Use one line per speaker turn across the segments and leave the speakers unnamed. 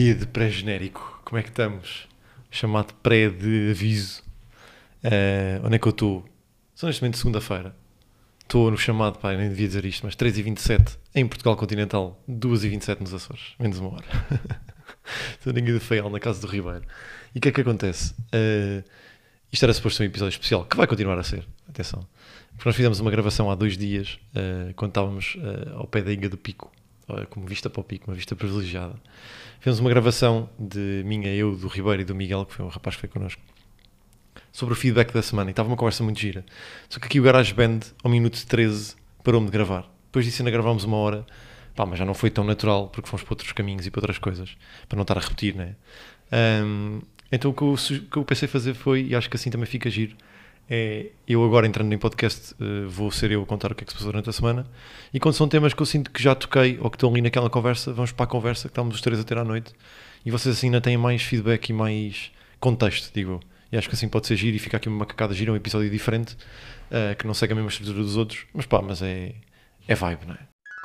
dia de pré-genérico. Como é que estamos? Chamado pré de aviso. Onde é que eu estou? Só neste momento segunda-feira. Estou no chamado, pá, eu nem devia dizer isto, mas 3h27 em Portugal Continental, 2h27 nos Açores, menos uma hora. Estou ninguém de Feial, na casa do Ribeiro. E o que é que acontece? Isto era suposto ser um episódio especial, que vai continuar a ser, atenção. Porque nós fizemos uma gravação há 2 dias, quando estávamos ao pé da Inga do Pico, como vista para o Pico, uma vista privilegiada. Fizemos uma gravação de minha, eu, do Ribeiro e do Miguel, que foi um rapaz que foi connosco, sobre o feedback da semana, e estava uma conversa muito gira. Só que aqui o GarageBand, ao minuto 13, parou-me de gravar. Depois disso ainda gravámos uma hora, pá, mas já não foi tão natural, porque fomos para outros caminhos e para outras coisas, para não estar a repetir, né? Então o que eu pensei fazer foi, e acho que assim também fica giro, é eu agora entrando em podcast, vou ser eu a contar o que é que se passou durante a semana, e quando são temas que eu sinto que já toquei, ou que estão ali naquela conversa, vamos para a conversa que estamos os três a ter à noite, e vocês assim ainda têm mais feedback e mais contexto, digo eu. E acho que assim pode ser giro e fica aqui uma macacada gira, um episódio diferente, que não segue a mesma estrutura dos outros, mas pá, mas é vibe, não é?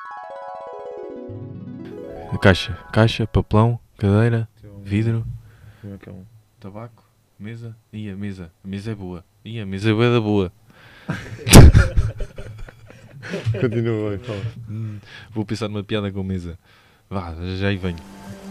Caixa, papelão, cadeira, vidro,
tabaco, mesa. E a mesa é boa. E a mesa é bué da boa.
Continua bem, fala.
Vou pensar numa piada com mesa. Vá, já aí venho.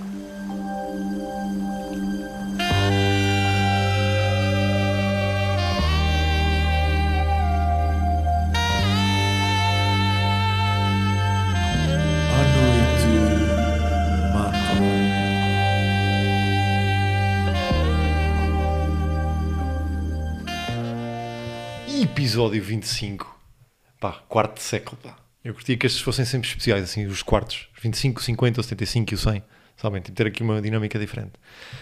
Episódio 25, pá, quarto de século, pá. Eu curtia que estes fossem sempre especiais, assim, os quartos, 25, 50, 75 e o 100, sabem, tipo, ter aqui uma dinâmica diferente.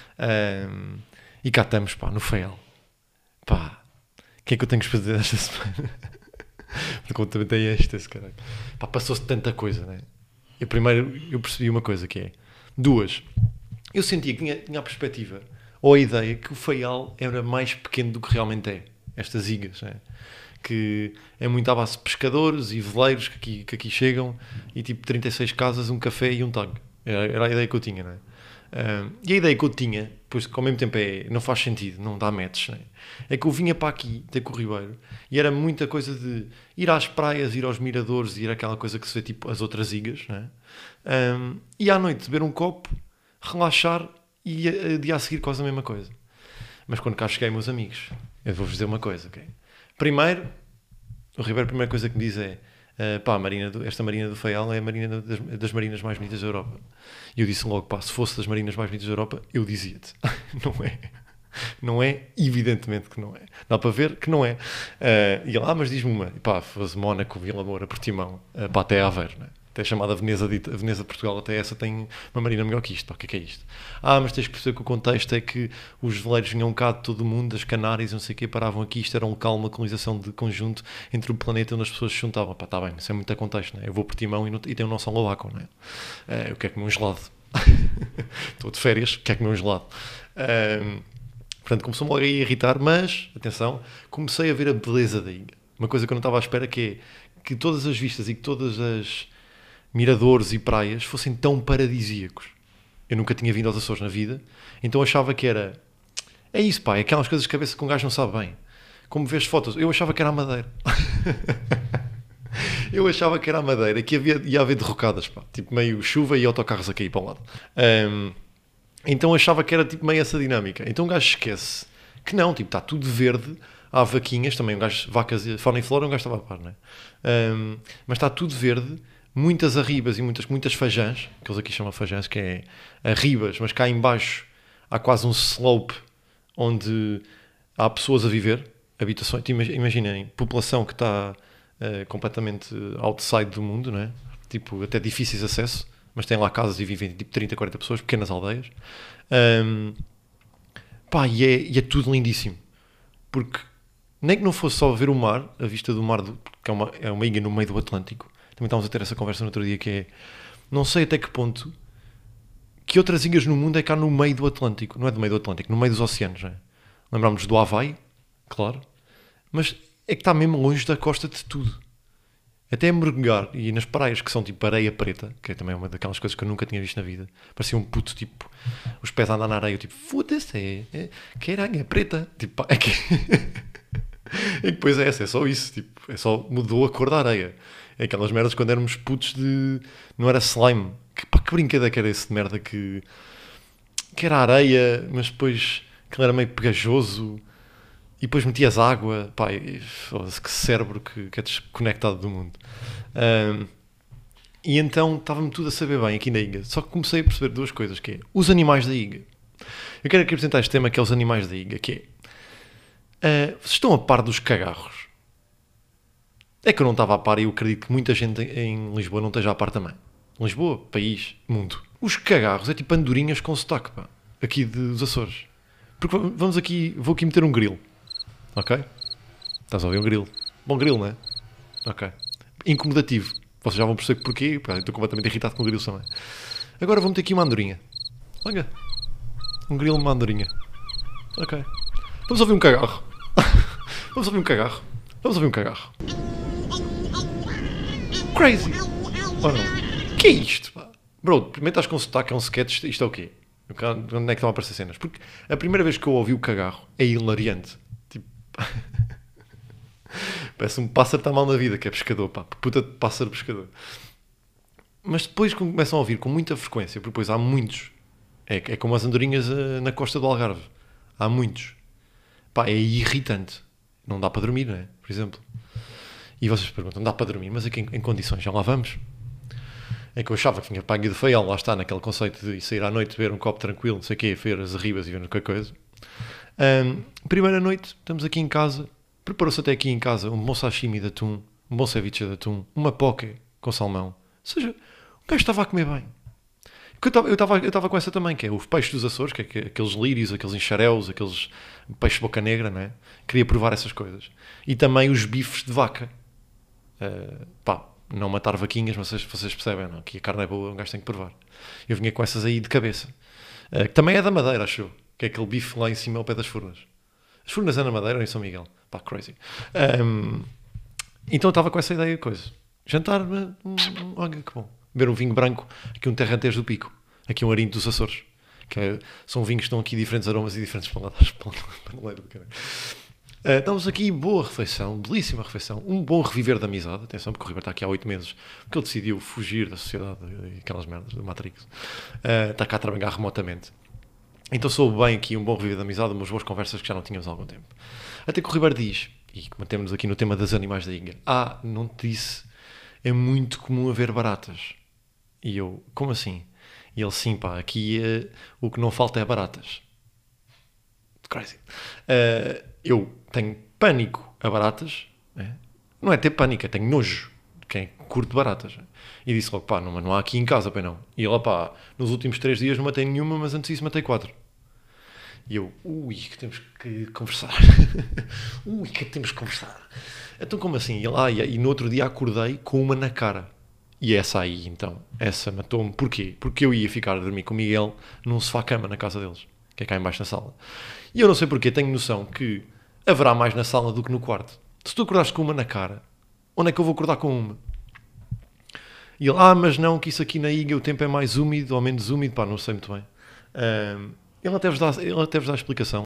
E cá estamos, pá, no Feial. Pá, o que é que eu tenho que fazer esta semana? Porque também tem esse caralho. Pá, passou-se tanta coisa, né? Eu percebi uma coisa, que é, eu sentia que tinha a perspectiva, ou a ideia, que o Feial era mais pequeno do que realmente é. Estas ilhas, né? Que é muito à base de pescadores e veleiros que aqui chegam, e tipo 36 casas, um café e um tanque. Era a ideia que eu tinha, né? E a ideia que eu tinha, pois que ao mesmo tempo não faz sentido, não dá match, né? É que eu vinha para aqui, ter com o Ribeiro, e era muita coisa de ir às praias, ir aos miradores, ir àquela coisa que se vê tipo as outras ilhas, né? E à noite beber um copo, relaxar, e a dia a seguir quase a mesma coisa. Mas quando cá cheguei, meus amigos, eu vou-vos dizer uma coisa, ok? Primeiro, o Ribeiro, a primeira coisa que me diz é pá, esta marina do Feial é a marina das marinas mais bonitas da Europa. E eu disse logo, pá, se fosse das marinas mais bonitas da Europa, eu dizia-te. Não é. Não é, evidentemente que não é. Dá para ver que não é. E ele, mas diz-me uma. E pá, fosse Mónaco, Vila Moura, Portimão, pá, até Aveiro, né? Até a chamada Veneza de Portugal, até essa tem uma marina melhor que isto. Pá, o que é isto? Mas tens que perceber que o contexto é que os veleiros vinham cá de todo o mundo, das Canárias, não sei o quê, paravam aqui. Isto era um local, uma colonização de conjunto entre o planeta onde as pessoas se juntavam. Pá, está bem, isso é muito a contexto, né? Eu vou a Portimão e tenho o nosso Alavaco, né? Eu quero comer um gelado. Estou de férias, quero comer um gelado. Portanto, começou-me logo a irritar, mas, atenção, comecei a ver a beleza da ilha. Uma coisa que eu não estava à espera, que é que todas as vistas e que todas as miradores e praias fossem tão paradisíacos. Eu nunca tinha vindo aos Açores na vida, então achava que era... É isso, pá, é aquelas coisas de cabeça que um gajo não sabe bem. Como vês fotos, eu achava que era a Madeira. Eu achava que era a Madeira, que ia haver derrocadas, pá. Tipo, meio chuva e autocarros a cair para um lado. Então achava que era tipo meio essa dinâmica. Então um gajo esquece que não, tipo, está tudo verde, há vaquinhas, também um gajo, vacas, fauna e flora, um gajo estava a par, não é? Mas está tudo verde, muitas arribas e muitas fajãs, que eles aqui chamam fajãs, que é arribas, mas cá em baixo há quase um slope onde há pessoas a viver, habitações, imaginem, população que está completamente outside do mundo, não é? Tipo, até difíceis de acesso, mas têm lá casas e vivem tipo 30, 40 pessoas, pequenas aldeias. Pá, e é tudo lindíssimo. Porque nem que não fosse só ver o mar, a vista do mar, que é uma ilha no meio do Atlântico. Também estávamos a ter essa conversa no outro dia, que é, não sei até que ponto, que outras ilhas no mundo é cá no meio do Atlântico. Não é do meio do Atlântico, no meio dos oceanos, não é? Lembramos do Havaí, claro, mas é que está mesmo longe da costa de tudo. até mergulhar, e nas praias que são tipo areia preta, que é também uma daquelas coisas que eu nunca tinha visto na vida, parecia um puto, tipo, os pés a andar na areia, eu, tipo, foda-se, que aranha preta, tipo, é que... E depois é essa, é só isso, tipo, é só mudou a cor da areia. É aquelas merdas quando éramos putos de... Não era slime. Que brincadeira que era esse de merda que era areia, mas depois aquilo era meio pegajoso e depois metias água. Pá, que cérebro que é desconectado do mundo. E então estava-me tudo a saber bem aqui na ilha. Só que comecei a perceber duas coisas, que é os animais da ilha. Eu quero aqui apresentar este tema que é os animais da ilha, que é... vocês estão a par dos cagarros? É que eu não estava a par e eu acredito que muita gente em Lisboa não esteja a par também. Lisboa, país, mundo. Os cagarros é tipo andorinhas com sotaque, pá. Aqui dos Açores. Porque vamos aqui, vou aqui meter um grilo. Ok? Estás a ouvir um grilo? Bom grilo, não é? Ok. Incomodativo. Vocês já vão perceber porquê. Pá, eu estou completamente irritado com o grilo também. Agora vou meter aqui uma andorinha. Olha. Um grilo e uma andorinha. Ok. Vamos ouvir um cagarro. Vamos ouvir um cagarro. Vamos ouvir um cagarro. Crazy. Ou não? Que é isto, pá? Bro, primeiro estás com sotaque, é um sketch, isto é o quê? Onde é que estão a aparecer cenas? Porque a primeira vez que eu ouvi o cagarro é hilariante. Tipo... Parece um pássaro que está mal na vida, que é pescador, pá. Puta de pássaro pescador. Mas depois começam a ouvir com muita frequência, porque depois há muitos. É como as andorinhas na costa do Algarve. Há muitos. Pá, é irritante. Não dá para dormir, não é? Por exemplo. E vocês perguntam, não dá para dormir? Mas aqui em condições, já lá vamos? É que eu achava que tinha pago de feial, lá está, naquele conceito de sair à noite, beber um copo tranquilo, não sei o quê, ver as arribas e ver qualquer coisa. Primeira noite, estamos aqui em casa, preparou-se até aqui em casa um bom sashimi de atum, um bom ceviche de atum, uma poke com salmão. Ou seja, o gajo estava a comer bem. Eu estava com essa também, que é o peixe dos Açores, que é aqueles lírios, aqueles enxaréus, aqueles peixes boca negra, não é? Queria provar essas coisas. E também os bifes de vaca. Pá, não matar vaquinhas, mas vocês percebem, não? Que a carne é boa, um gajo tem que provar. Eu vinha com essas aí de cabeça. Que também é da Madeira, acho eu. Que é aquele bife lá em cima ao pé das Furnas. As Furnas é na Madeira ou em São Miguel? Pá, crazy. Então eu estava com essa ideia de coisa. Jantar, olha que bom. Beber um vinho branco, aqui um Terrantejo do Pico. Aqui um Arinto dos Açores. São vinhos que estão aqui diferentes aromas e diferentes paladares. Estamos aqui, boa refeição, belíssima refeição, um bom reviver da amizade. Atenção, porque o Ribeiro está aqui há 8 meses, porque ele decidiu fugir da sociedade e aquelas merdas do Matrix. Está cá a trabalhar remotamente. Então soube bem aqui um bom reviver da amizade, umas boas conversas que já não tínhamos há algum tempo. Até que o Ribeiro diz, e mantemos aqui no tema dos animais da ilha, não te disse, é muito comum haver baratas. E eu, como assim? E ele, sim, pá, aqui o que não falta é baratas. Crazy. Eu tenho pânico a baratas, não é ter pânico, é tenho nojo de quem curte baratas. E disse logo, pá, não há aqui em casa, pá, não. E ele, pá, nos últimos 3 dias não matei nenhuma, mas antes disso matei 4. E eu, que temos que conversar. Que temos que conversar. Então como assim? E no outro dia acordei com uma na cara. E essa aí, então, essa matou-me. Porquê? Porque eu ia ficar a dormir com o Miguel num sofá-cama na casa deles, que é cá em baixo na sala. E eu não sei porquê, tenho noção que haverá mais na sala do que no quarto. Se tu acordaste com uma na cara, onde é que eu vou acordar com uma? E ele, mas não, que isso aqui na ilha o tempo é mais úmido ou menos úmido, pá, não sei muito bem. Ele até vos dá a explicação.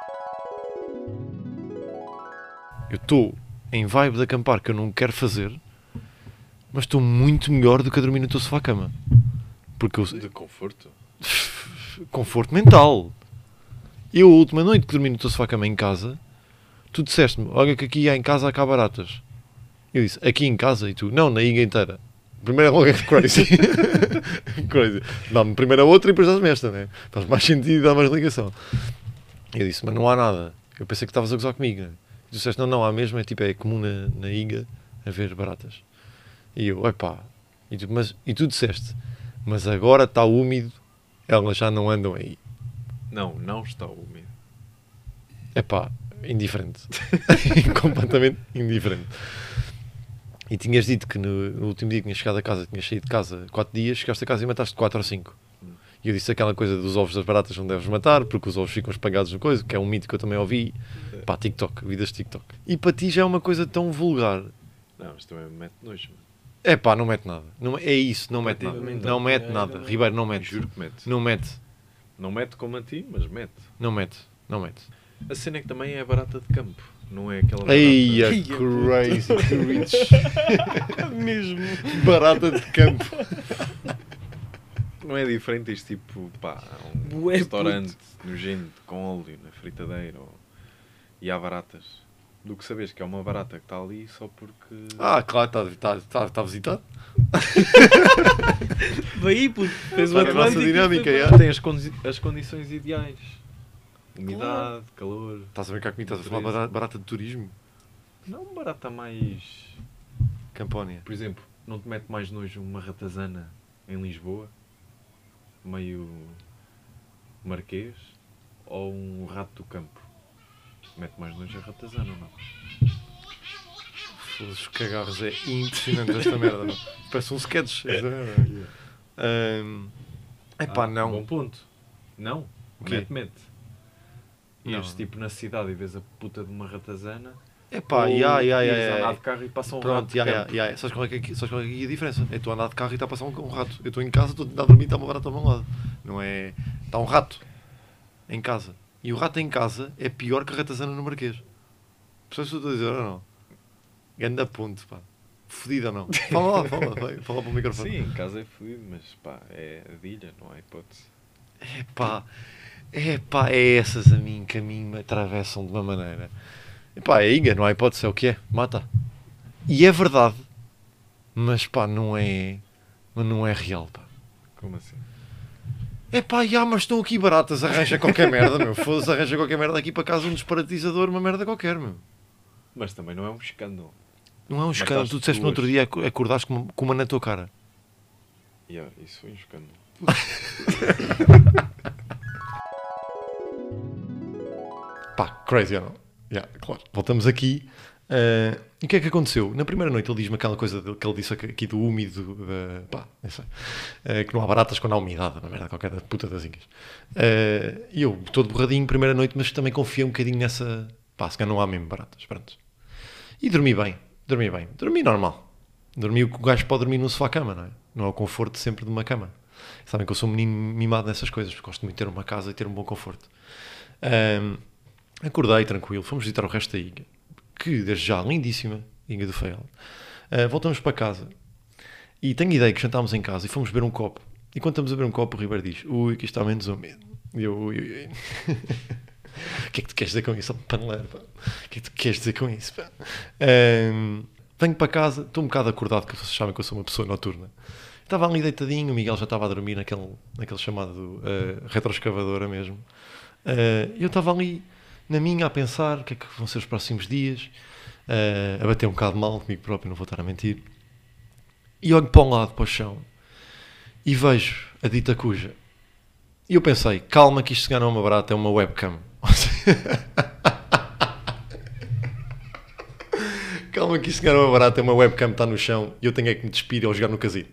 Eu estou em vibe de acampar que eu não quero fazer, mas estou muito melhor do que a dormir no teu sofá-cama. Porque
De conforto?
Conforto mental. Eu, a última noite que dormi no teu sofá-cama em casa, tu disseste-me, olha que aqui em casa há baratas. Eu disse, aqui em casa? E tu, não, na ilha inteira. Primeiro é logo crazy. Crazy. Dá-me primeiro a outra e depois dás-me esta, né? Faz mais sentido e dá mais ligação. Eu disse, mas não há nada. Eu pensei que estavas a gozar comigo, né? E tu disseste, não, há mesmo, é comum na ilha haver baratas. E eu, epá. E tu disseste, mas agora está úmido, elas já não andam aí.
Não está úmido.
Epá, indiferente. Completamente indiferente. E tinhas dito que no último dia que tinhas chegado a casa, tinhas saído de casa 4 dias, chegaste a casa e mataste 4 ou 5. E eu disse aquela coisa dos ovos das baratas não deves matar, porque os ovos ficam espalhados no coisa, que é um mito que eu também ouvi. Pá, TikTok, vidas de TikTok. E para ti já é uma coisa tão vulgar
Não, mas também me mete nojo, mano.
É pá, não mete nada. Não, é isso, não mete nada.
Efetivamente.
Não mete nada. Ribeiro, não mete.
Juro que mete.
Não mete.
Não mete como a ti, mas mete.
Não mete. Não mete.
A cena é que também é barata de campo. Não é aquela barata...
Eia,
Ai,
crazy rich.
Mesmo.
Barata de campo.
Não é diferente este tipo, pá, um
Bué
restaurante nojento com óleo na fritadeira e há baratas. Do que sabes que é uma barata que está ali só porque...
Ah, claro, está visitado.
Veio aí, puto. Fez o
Para a nossa
Atlântico.
dinâmica,
e
é.
foi
Tem as condições ideais. Umidade, calor.
Estás a brincar comigo? Estás a falar barata de turismo?
Não barata mais...
Campónia.
Por exemplo, não te mete mais nojo uma ratazana em Lisboa? Meio marquês? Ou um rato do campo? Mete mais nojo a ratazana, não?
Os cagarros é impressionante esta merda, não? Parece um sketch. Epá, não.
Bom ponto. Não?
O quê?
Mete.
Não.
Ires tipo na cidade e vês a puta de uma ratazana.
Epá,
ou
ires andar
andar de carro e passa um rato
Pronto,
de campo.
Sabes qual é que é aqui a diferença? É tu andar de carro e está a passar um rato. Eu estou em casa, estou a tentar dormir e está uma barata ao meu lado. Não é... Está um rato em casa. E o rato em casa é pior que a ratazana no Marquês. Percebes o que eu estou a dizer ou não? Ganda ponto, pá. Fodido ou não? Fala lá, fala para o microfone.
Sim, em casa é fodido, mas pá, é adilha, não há hipótese.
Epá, é essas a mim que a mim me atravessam de uma maneira. Epá, é Inga, não há hipótese, é o que é, mata. E é verdade, mas pá, não é real, pá.
Como assim?
Epá, mas estão aqui baratas, arranja qualquer merda, meu. Foda-se, arranja qualquer merda aqui para casa, um disparatizador, uma merda qualquer, meu.
Mas também não é um escândalo.
Não é um escândalo,
Mataste
tu disseste no outro
duas.
dia, acordaste com uma na tua cara.
Yeah, isso foi um escândalo.
Pá, crazy ou não? Yeah, claro. Voltamos aqui. E o que é que aconteceu? Na primeira noite ele diz-me aquela coisa que ele disse aqui do úmido, pá, não sei, que não há baratas quando há umidade, na merda qualquer da puta das incas. E eu, todo borradinho, primeira noite, mas também confiei um bocadinho nessa, pá, se calhar não há mesmo baratas, pronto. E dormi bem, dormi normal. Dormi o que o gajo pode dormir no sofá-cama, não é? Não é o conforto sempre de uma cama. Sabem que eu sou um menino mimado nessas coisas, porque gosto muito de ter uma casa e ter um bom conforto. Acordei tranquilo, fomos visitar o resto da ilha, que desde já lindíssima, Ilha do Faial. Voltamos para casa e tenho ideia que jantámos em casa e fomos beber um copo. E quando estamos a beber um copo, o Ribeiro diz: ui, que isto está menos úmido. E eu, ui. O que é que tu queres dizer com isso, paneleiro, pá? O que é que tu queres dizer com isso, pá? Venho para casa, estou um bocado acordado, que vocês sabem que eu sou uma pessoa noturna. Estava ali deitadinho, o Miguel já estava a dormir naquele chamado retroescavadora mesmo. Eu estava ali na minha a pensar o que é que vão ser os próximos dias, a bater um bocado mal comigo próprio, não vou estar a mentir. E olho para um lado, para o chão, e vejo a dita cuja. E eu pensei, calma que isto se não é uma barata, é uma webcam. Calma que isto se não é uma barata, é uma webcam que está no chão e eu tenho é que me despir ao jogar no casino.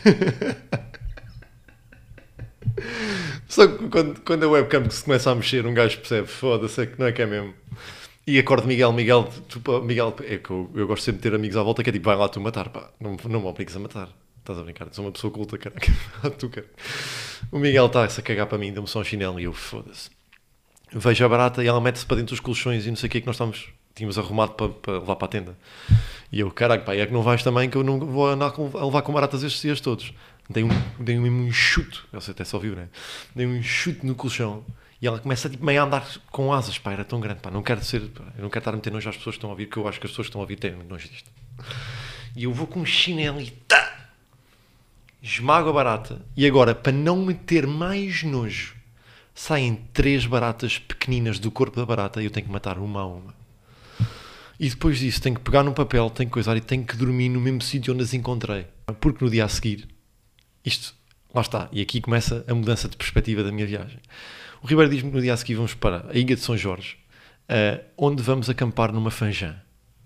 Só que quando a webcam se começa a mexer, um gajo percebe, foda-se, é que não é que é mesmo. E acordo Miguel, é que eu gosto sempre de ter amigos à volta que é tipo, vai lá tu matar, pá, não me obrigues a matar. Estás a brincar, sou uma pessoa culta, caraca. Tu, cara. O Miguel está-se a cagar para mim, deu-me só um chinelo e eu, foda-se. Vejo a barata e ela mete-se para dentro dos colchões e não sei o que é que nós tínhamos arrumado para levar para a tenda. E eu, caraca, pá, é que não vais também que eu não vou andar a levar com baratas estes dias todos. Dei um chute, você até só viu, né? Dei um chute no colchão e ela começa tipo, meio a andar com asas, pá, era tão grande, pá, eu não quero estar a meter nojo às pessoas que estão a ouvir, porque eu acho que as pessoas que estão a ouvir têm nojo disto. E eu vou com um chinelo e tá! Esmago a barata e agora, para não meter mais nojo, saem 3 baratas pequeninas do corpo da barata e eu tenho que matar uma a uma. E depois disso tenho que pegar num papel, tenho que coisar e tenho que dormir no mesmo sítio onde as encontrei. Porque no dia a seguir, isto, lá está, e aqui começa a mudança de perspectiva da minha viagem. O Ribeiro diz-me que no dia a seguir vamos para a Ilha de São Jorge, onde vamos acampar numa fanjã.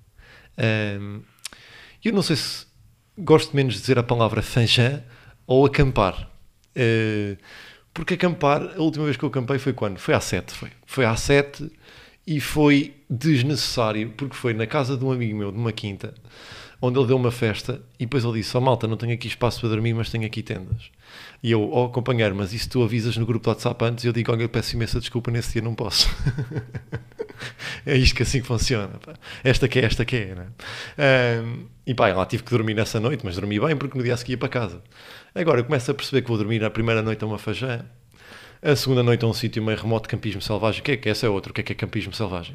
Eu não sei se gosto menos de dizer a palavra fanjã ou acampar. Porque acampar, a última vez que eu acampei foi quando? Foi há 7, foi há 7 e foi desnecessário, porque foi na casa de um amigo meu, de uma quinta, onde ele deu uma festa e depois ele disse, malta, não tenho aqui espaço para dormir, mas tenho aqui tendas. E eu, companheiro, mas isso tu avisas no grupo do WhatsApp antes? E eu digo, olha, eu peço imensa desculpa, nesse dia não posso. É isto que assim que funciona, pá. Esta que é, né? E pá, lá tive que dormir nessa noite, mas dormi bem porque no dia a seguir ia para casa. Agora eu começo a perceber que vou dormir a primeira noite a uma fajã, a segunda noite a um sítio meio remoto de campismo selvagem. O que é que essa é outra? O que é campismo selvagem?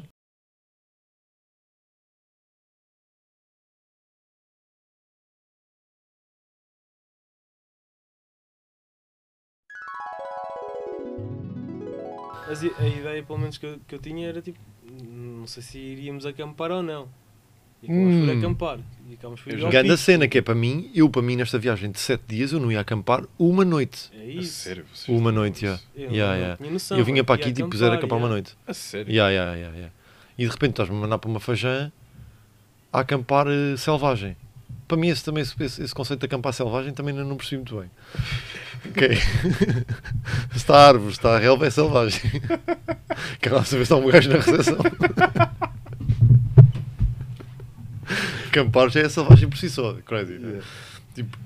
Mas a ideia, pelo menos, que eu tinha era tipo, não sei se iríamos acampar ou não. E acabamos por acampar. E acabamos por ir ao
Grande
pico.
cena que é para mim, nesta viagem de 7 dias, eu não ia acampar uma noite.
É
A
isso.
sério? Vocês
Uma
fizeram
noite, já.
isso?
Eu
Yeah.
não tinha noção.
Eu vinha para
ia
aqui tipo, puser acampar uma
yeah.
noite.
A sério?
Yeah. E de repente estás-me a mandar para uma fajã a acampar selvagem. Para mim esse conceito de acampar selvagem também não percebi muito bem. Ok. Está a árvore, está a relva, é selvagem. Quero lá saber se está um gajo na recepção. Acampar já é selvagem por si só. Crazy. Né? Tipo,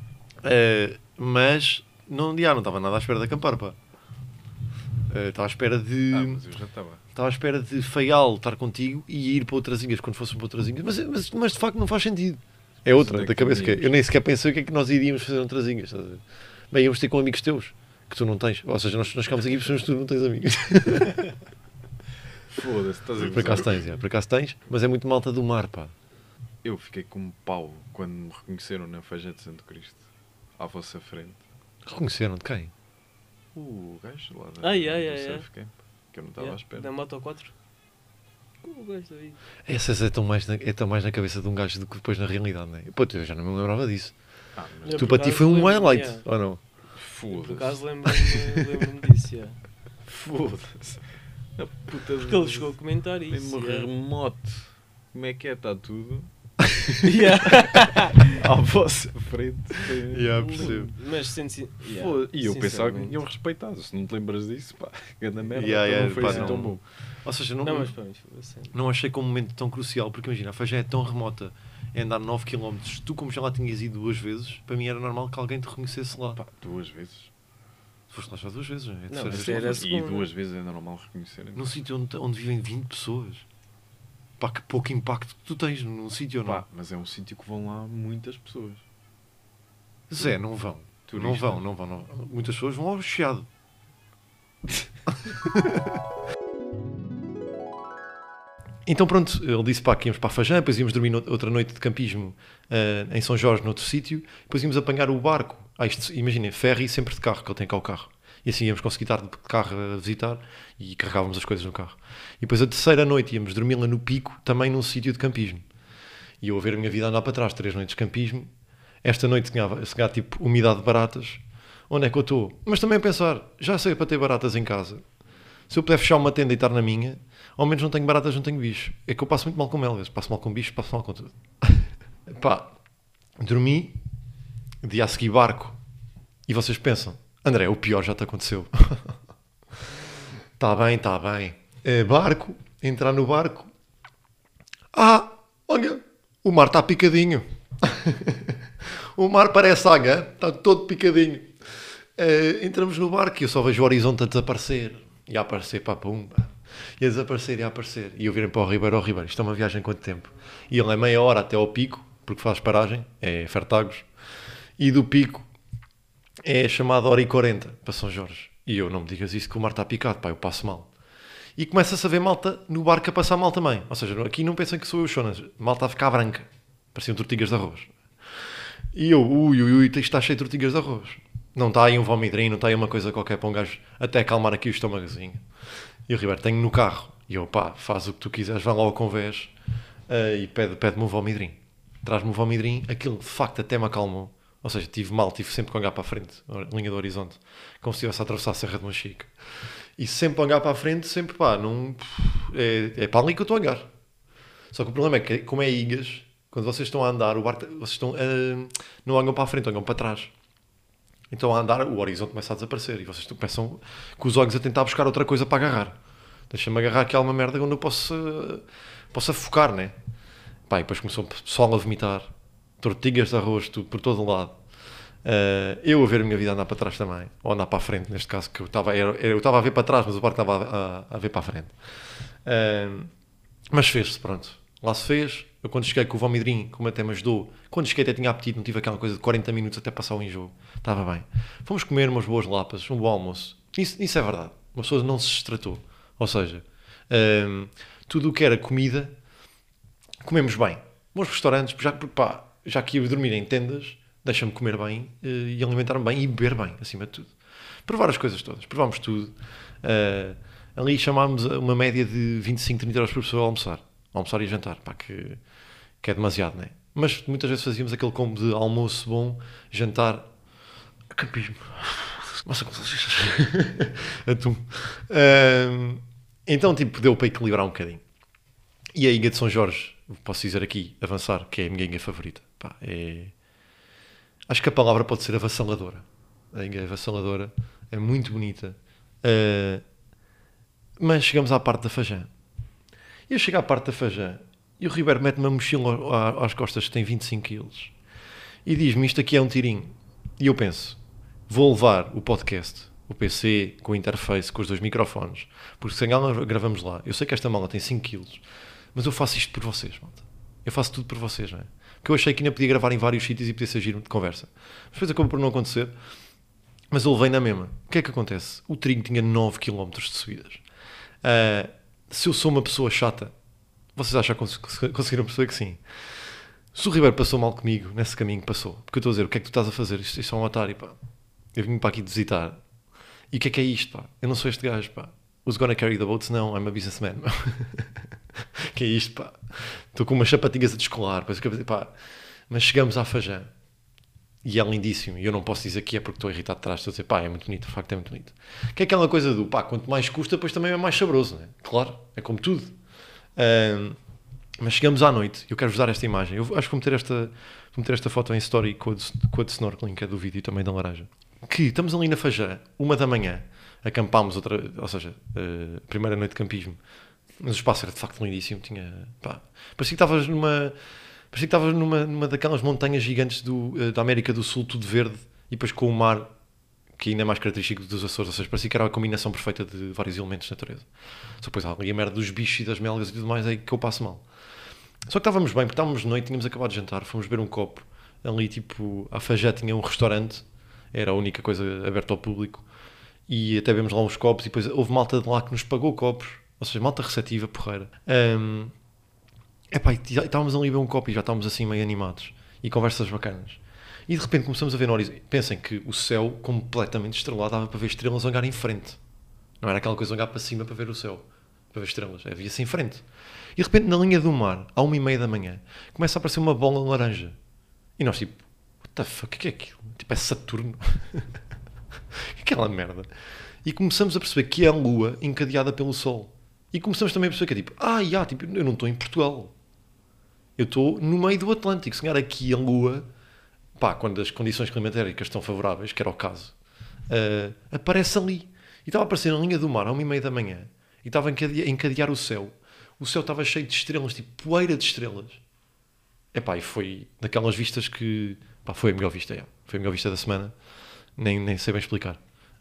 mas não estava nada à espera de acampar, pá. Estava à espera de...
Mas eu já estava.
Estava à espera de Faial estar contigo e ir para outras ilhas quando fossem para outras ilhas, mas de facto não faz sentido. É outra
Onde é
da
que
cabeça que é.
iríamos?
Eu nem sequer pensei o que é que nós iríamos fazer outras ilhas. Estás a ver? Bem, íamos ter com amigos teus, que tu não tens. Ou seja, nós ficamos aqui porque tu não tens amigos.
Foda-se, estás a
Por acaso
gozar.
tens, por acaso tens, mas é muito malta do mar, pá.
Eu fiquei com um pau quando me reconheceram na Feijão de Santo Cristo. À vossa frente.
Reconheceram de quem?
O gajo lá
Ai,
do
ai, ai,
surf camp. Que eu não estava à espera.
Da Moto 4. O gajo daí.
Essas é tão mais na cabeça de um gajo do que depois na realidade, não é? Pô, eu já não me lembrava disso.
Mas
Eu,
Tu
por
para ti
acaso,
foi um
lembro-me,
highlight,
yeah.
ou não?
Por
foda-se.
acaso lembro-me disso, yeah.
Foda-se. A puta
Porque ele chegou a comentar isso.
Mesmo
yeah.
remoto. Como é que é? Está tudo
Yeah.
à vossa frente.
Yeah, percebo.
Mas
Foda- E eu pensava que
sinceramente.
iam respeitar. Se não te lembras disso, pá, grande merda.
Yeah,
então
yeah,
não foi
pá,
assim
não.
tão bom.
Ou seja, não,
Não, mas para mim foi assim.
não achei como um momento tão crucial, porque imagina, a Fajã é tão remota, é andar 9 km, tu como já lá tinhas ido 2 vezes, para mim era normal que alguém te reconhecesse lá.
Pá, 2 vezes.
Foste lá já 2 vezes, é a terceira
mas
vez
era
que lá foste.
E
segunda.
2 vezes é normal reconhecerem.
Num sítio onde vivem 20 pessoas. Pá, que pouco impacto que tu tens num sítio ou não?
Pá, mas é um sítio que vão lá muitas pessoas.
Zé, não vão.
Turistas.
Não vão. Muitas pessoas vão ao Chiado. Então pronto, ele disse pá, que íamos para a Fajã, depois íamos dormir outra noite de campismo em São Jorge, noutro sítio, depois íamos apanhar o barco. Imaginem, ferry sempre de carro, que ele tem cá o carro. E assim íamos conseguir estar de carro a visitar e carregávamos as coisas no carro. E depois a terceira noite íamos dormir lá no Pico, também num sítio de campismo. E eu a ver a minha vida andar para trás, 3 noites de campismo. Esta noite tinha tipo umidade de baratas. Onde é que eu estou? Mas também a pensar, já sei para ter baratas em casa. Se eu puder fechar uma tenda e estar na minha, ao menos não tenho baratas, não tenho bicho. É que eu passo muito mal com elas. Passo mal com bicho, passo mal com tudo. Pá, dormi, dia a seguir barco. E vocês pensam, André, o pior já te aconteceu. Está bem. Barco, entrar no barco. Olha, o mar está picadinho. O mar parece água, está todo picadinho. Entramos no barco e eu só vejo o horizonte a desaparecer. E a aparecer, pá, pumba. E a desaparecer, e a aparecer. E eu virem para o Ribeiro, isto é uma viagem em quanto tempo? E ele é meia hora até ao Pico, porque faz paragem, é Fertagos. E do Pico é chamado hora e 40 para São Jorge. E eu, não me digas isso que o mar está picado, pá, eu passo mal. E começa-se a ver malta no barco a passar mal também. Ou seja, aqui não pensem que sou eu, Chonas. Malta a ficar branca. Pareciam tortilhas de arroz. E eu, isto está cheio de tortilhas de arroz. Não está aí um vomidrinho, não está aí uma coisa qualquer para um gajo até acalmar aqui o estômagozinho. E o Ribeiro, tenho no carro. E eu, pá, faz o que tu quiseres, vai lá ao convés e pede-me um vomidrinho. Traz-me um vomidrinho, aquilo de facto até me acalmou. Ou seja, tive sempre com o olhar para a frente, a linha do horizonte, como se estivesse a atravessar a Serra de Monchique. E sempre a olhar para a frente, sempre pá, não, é para ali que eu estou a olhar. Só que o problema é que, como é ilhas, quando vocês estão a andar, o barco, vocês estão, não olham para a frente, olham para trás. Então a andar, o horizonte começa a desaparecer e vocês começam com os olhos a tentar buscar outra coisa para agarrar. Deixa-me agarrar aqui alguma merda onde eu possa focar, né? Pá, e depois começou o pessoal a vomitar. tortilhas de arroz, tudo, por todo o lado. Eu a ver a minha vida andar para trás também, ou andar para a frente, neste caso, que eu estava a ver para trás, mas o barco estava a ver para a frente. Mas fez-se, pronto. Lá se fez. Eu quando cheguei com o Vomidrim, como até me ajudou, quando cheguei até tinha apetite, não tive aquela coisa de 40 minutos até passar o enjoo. Estava bem. Fomos comer umas boas lapas, um bom almoço. Isso é verdade. Uma pessoa não se distratou. Ou seja, tudo o que era comida, comemos bem. Bons restaurantes, já que ia dormir em tendas, deixa-me comer bem e alimentar-me bem e beber bem, acima de tudo. Provar as coisas todas. Provámos tudo. Ali chamámos uma média de 25, 30 euros por pessoa a almoçar e jantar, que é demasiado, não é? Mas muitas vezes fazíamos aquele combo de almoço bom, jantar, campismo, massa com salsichas, atum. Então, tipo, deu para equilibrar um bocadinho. E a Inga de São Jorge, posso dizer aqui, avançar, que é a minha Inga favorita. Acho que a palavra pode ser avassaladora. A Inga é avassaladora, é muito bonita. Mas chegamos à parte da Fajã. E eu chego à parte da Fajã e o Ribeiro mete-me uma mochila às costas que tem 25 kg e diz-me isto aqui é um tirinho. E eu penso, vou levar o podcast, o PC, com a interface, com os 2 microfones, porque se calhar gravamos lá. Eu sei que esta mala tem 5 kg, mas eu faço isto por vocês, malta. Eu faço tudo por vocês, não é? Porque eu achei que ainda podia gravar em vários sítios e podia ser giro de conversa. Mas depois acabou por não acontecer. Mas eu levei na mesma. O que é que acontece? O trinco tinha 9 km de subidas. Se eu sou uma pessoa chata, vocês acham que conseguiram perceber que sim? Se o Ribeiro passou mal comigo, nesse caminho passou. Porque eu estou a dizer, o que é que tu estás a fazer? Isto é um otário, pá. Eu vim para aqui visitar. E o que é isto, pá? Eu não sou este gajo, pá. Who's gonna carry the boats? Não, I'm a businessman. Que é isto, pá? Estou com umas sapatinhas a descolar, pá. Mas chegamos à Fajã. E é lindíssimo. E eu não posso dizer que é porque estou irritado de trás. Estou a dizer, pá, é muito bonito. De facto é muito bonito. Que é aquela coisa do, pá, quanto mais custa, depois também é mais saboroso, né? Claro, é como tudo. Mas chegamos à noite. Eu quero-vos dar esta imagem. Eu acho que vou meter esta foto em story com a de snorkeling, que é do vídeo e também da laranja. Que estamos ali na Fajã, 1 da manhã. Acampámos ou seja, a primeira noite de campismo. Mas o espaço era de facto lindíssimo. Parecia que estavas numa daquelas montanhas gigantes da América do Sul, tudo verde, e depois com o mar, que ainda é mais característico dos Açores, ou seja, parecia que era a combinação perfeita de vários elementos de natureza. Só depois ali a merda dos bichos e das melgas e tudo mais, é que eu passo mal. Só que estávamos bem, porque estávamos de noite, tínhamos acabado de jantar, fomos beber um copo. Ali, tipo, a Fajã tinha um restaurante, era a única coisa aberta ao público, e até bebemos lá uns copos, e depois houve malta de lá que nos pagou copos, ou seja, malta receptiva, porreira. Estávamos ali a beber um copo e já estávamos assim meio animados, e conversas bacanas. E de repente começamos a ver no horizonte. Pensem que o céu completamente estrelado, dava para ver estrelas a olhar em frente. Não era aquela coisa de olhar para cima para ver o céu, para ver estrelas, havia-se em frente. E de repente na linha do mar, à 1h30 da manhã, começa a aparecer uma bola laranja. E nós tipo, what the fuck, o que é aquilo? Tipo, é Saturno. Aquela merda. E começamos a perceber que é a Lua encadeada pelo Sol. E começamos também a perceber que é tipo, tipo, eu não estou em Portugal. Eu estou no meio do Atlântico. Se calhar aqui a Lua, pá, quando as condições climatéricas estão favoráveis, que era o caso, aparece ali. E estava a aparecer na linha do mar à 1h30 da manhã. E estava a encadear o céu. O céu estava cheio de estrelas, tipo poeira de estrelas. E foi daquelas vistas que... Pá, foi a melhor vista, Foi a melhor vista da semana. Nem sei bem explicar.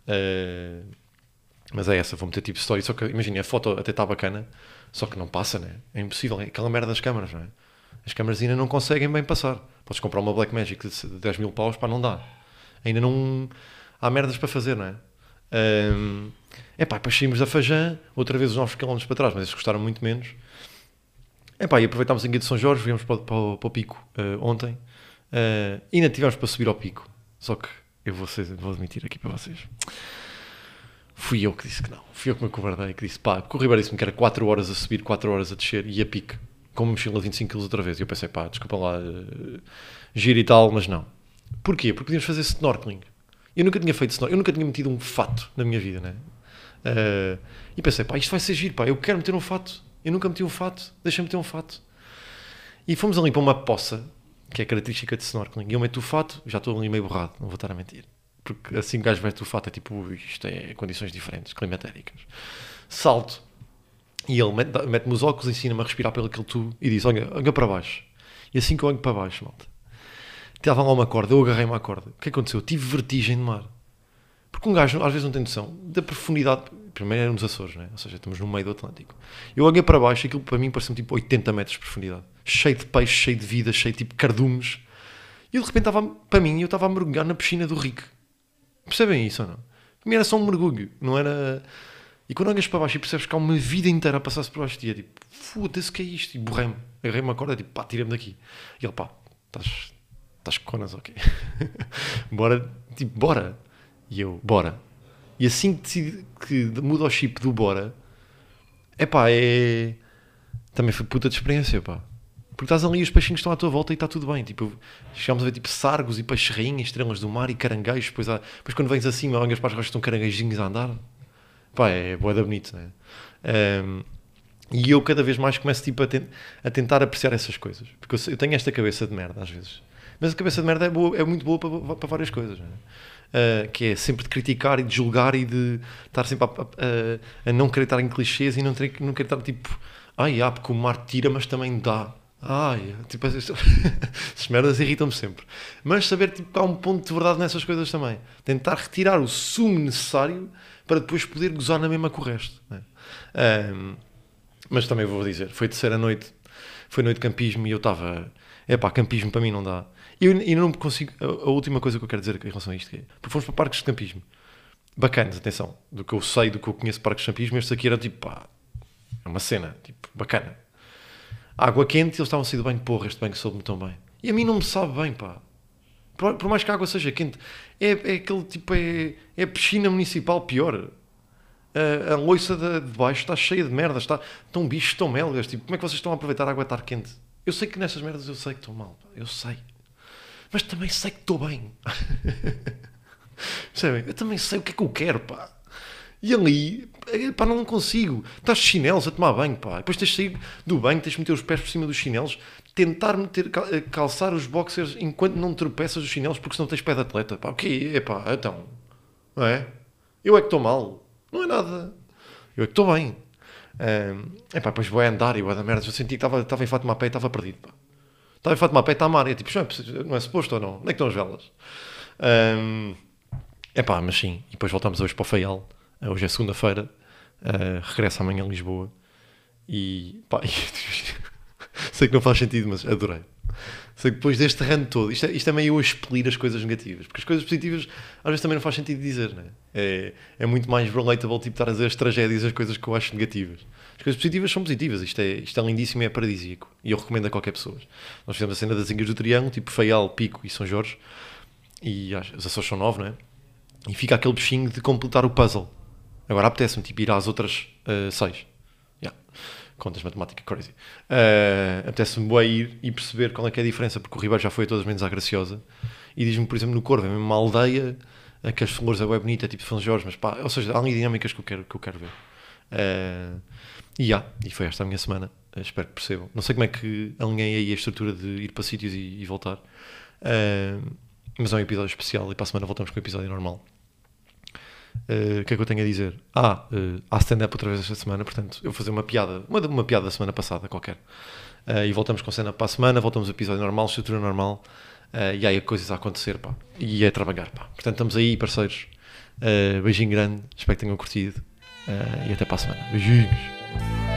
Mas é essa, vou meter tipo story. Só que, imagina, a foto até está bacana, só que não passa, né? É impossível. É aquela merda das câmaras, não é? As câmaras ainda não conseguem bem passar. Podes comprar uma Blackmagic de 10 mil paus, pá, não dá. Ainda não... Há merdas para fazer, não é? Depois saímos da Fajã, outra vez os 9 km para trás, mas esses custaram muito menos. E aproveitámos a Inga de São Jorge, viemos para o pico ontem. Ainda tivemos para subir ao pico. Só que eu vou admitir aqui para vocês. Fui eu que disse que não. Fui eu que me acovardei, que disse, pá, porque o Ribeiro disse-me que era 4 horas a subir, 4 horas a descer e a pique, com uma mochila de 25 kg outra vez. E eu pensei, pá, desculpa lá, giro e tal, mas não. Porquê? Porque podíamos fazer snorkeling. Eu nunca tinha feito snorkeling, eu nunca tinha metido um fato na minha vida, né? E pensei, pá, isto vai ser giro, pá, eu quero meter um fato. Eu nunca meti um fato, deixa-me meter um fato. E fomos ali para uma poça, que é característica de snorkeling. E eu meto o fato, já estou ali meio borrado, não vou estar a mentir. Porque assim que o gajo mete o fato, é tipo, isto é condições diferentes, climatéricas. Salto. E ele mete-me os óculos, ensina-me a respirar pelo aquele tubo e diz, olha para baixo. E assim que eu olho para baixo, malta, Estavam lá uma corda, eu agarrei uma corda. O que aconteceu? Eu tive vertigem de mar. Porque um gajo às vezes não tem noção da profundidade. Primeiro era nos Açores, né? Ou seja, estamos no meio do Atlântico. Eu olhei para baixo e aquilo para mim parecia tipo 80 metros de profundidade. Cheio de peixe, cheio de vida, cheio de tipo cardumes. E eu de repente estava, para mim, eu estava a mergulhar na piscina do Rico. Percebem isso ou não? Para mim era só um mergulho, não era... E quando olhas para baixo e percebes que há uma vida inteira a passar-se por baixo de ti, é tipo, foda-se, que é isto? E borrei-me, agarrei uma corda, tipo, pá, tira-me daqui. E ele, pá, estás conas, ok. Bora, tipo, bora. E eu, bora. E assim que decidi, que muda o chip do bora, é pá, é... Também foi puta de experiência, pá. Porque estás ali e os peixinhos estão à tua volta e está tudo bem. Tipo, chegámos a ver tipo sargos e peixe-rainha, estrelas do mar e caranguejos. Depois quando vens acima, olhas para as rochas, estão caranguejinhos a andar. Pá, é bué da bonito, né? E eu cada vez mais começo tipo, a tentar apreciar essas coisas. Porque eu tenho esta cabeça de merda às vezes. Mas a cabeça de merda é muito boa para várias coisas, né? Que é sempre de criticar e de julgar e de estar sempre a não querer estar em clichês e não querer estar tipo, porque o mar tira, mas também dá. Tipo, essas merdas irritam-me sempre. Mas saber tipo, que há um ponto de verdade nessas coisas também. Tentar retirar o sumo necessário para depois poder gozar na mesma com o resto, né? Mas também vou dizer, foi terceira noite, foi noite de campismo e eu estava... campismo para mim não dá. E não consigo... A última coisa que eu quero dizer em relação a isto é... Porque fomos para parques de campismo. Bacanas, atenção. Do que eu sei, do que eu conheço de parques de campismo, este aqui era tipo, é uma cena, tipo, bacana. Água quente, eles estavam a sair do banho, porra, este banho soube-me tão bem. E a mim não me sabe bem, pá. Por mais que a água seja quente, é aquele tipo, é a piscina municipal pior. A loiça de baixo está cheia de merdas, estão bichos, estão melgas, tipo, como é que vocês estão a aproveitar a água estar quente? Eu sei que nessas merdas eu sei que estou mal, pá. Eu sei. Mas também sei que estou bem. Percebem? Eu também sei o que é que eu quero, pá. E ali, pá, não consigo. Estás de chinelos a tomar banho, pá. Depois tens de sair do banho, tens de meter os pés por cima dos chinelos, tentar calçar os boxers enquanto não tropeças os chinelos, porque senão tens pé de atleta, pá. O quê? Pá, então. Não é? Eu é que estou mal. Não é nada. Eu é que estou bem. Depois vou a andar e vou a dar merda. Eu senti que estava em Fátima a pé e estava perdido, pá. Estava em Fátima a pé, está a mar. É tipo, não é suposto ou não? Onde é que estão as velas? Mas sim. E depois voltamos hoje para o Faial. Hoje é segunda-feira. Regresso amanhã a Lisboa. E pá, sei que não faz sentido, mas adorei. Sei que depois deste rant todo, isto é meio a expelir as coisas negativas, porque as coisas positivas às vezes também não faz sentido dizer, né? É muito mais relatable tipo, estar a dizer as tragédias, as coisas que eu acho negativas. As coisas positivas são positivas, isto é lindíssimo e é paradisíaco. E eu recomendo a qualquer pessoa. Nós fizemos a cena das Ilhas do Triângulo, tipo Faial, Pico e São Jorge, e os Açores são 9, não é? E fica aquele bichinho de completar o puzzle. Agora apetece-me tipo, ir às outras 6. Contas matemática crazy. Apetece-me bem ir e perceber qual é que é a diferença, porque o Ribeiro já foi a todas menos à Graciosa e diz-me, por exemplo, no Corvo, é mesmo uma aldeia que as flores é bem bonita, tipo São Jorge, mas pá, ou seja, há ali dinâmicas que eu quero ver. E foi esta a minha semana. Espero que percebam. Não sei como é que alinhei aí a estrutura de ir para sítios e voltar, mas é um episódio especial e para a semana voltamos com o episódio normal. O que é que eu tenho a dizer? Há stand-up outra vez esta semana, portanto eu vou fazer uma piada da semana passada qualquer, e voltamos com stand-up para a semana, voltamos ao episódio normal, estrutura normal, e aí há coisas a acontecer, pá, e é trabalhar, pá. Portanto estamos aí, parceiros. Beijinho grande, espero que tenham curtido, e até para a semana. Beijinhos.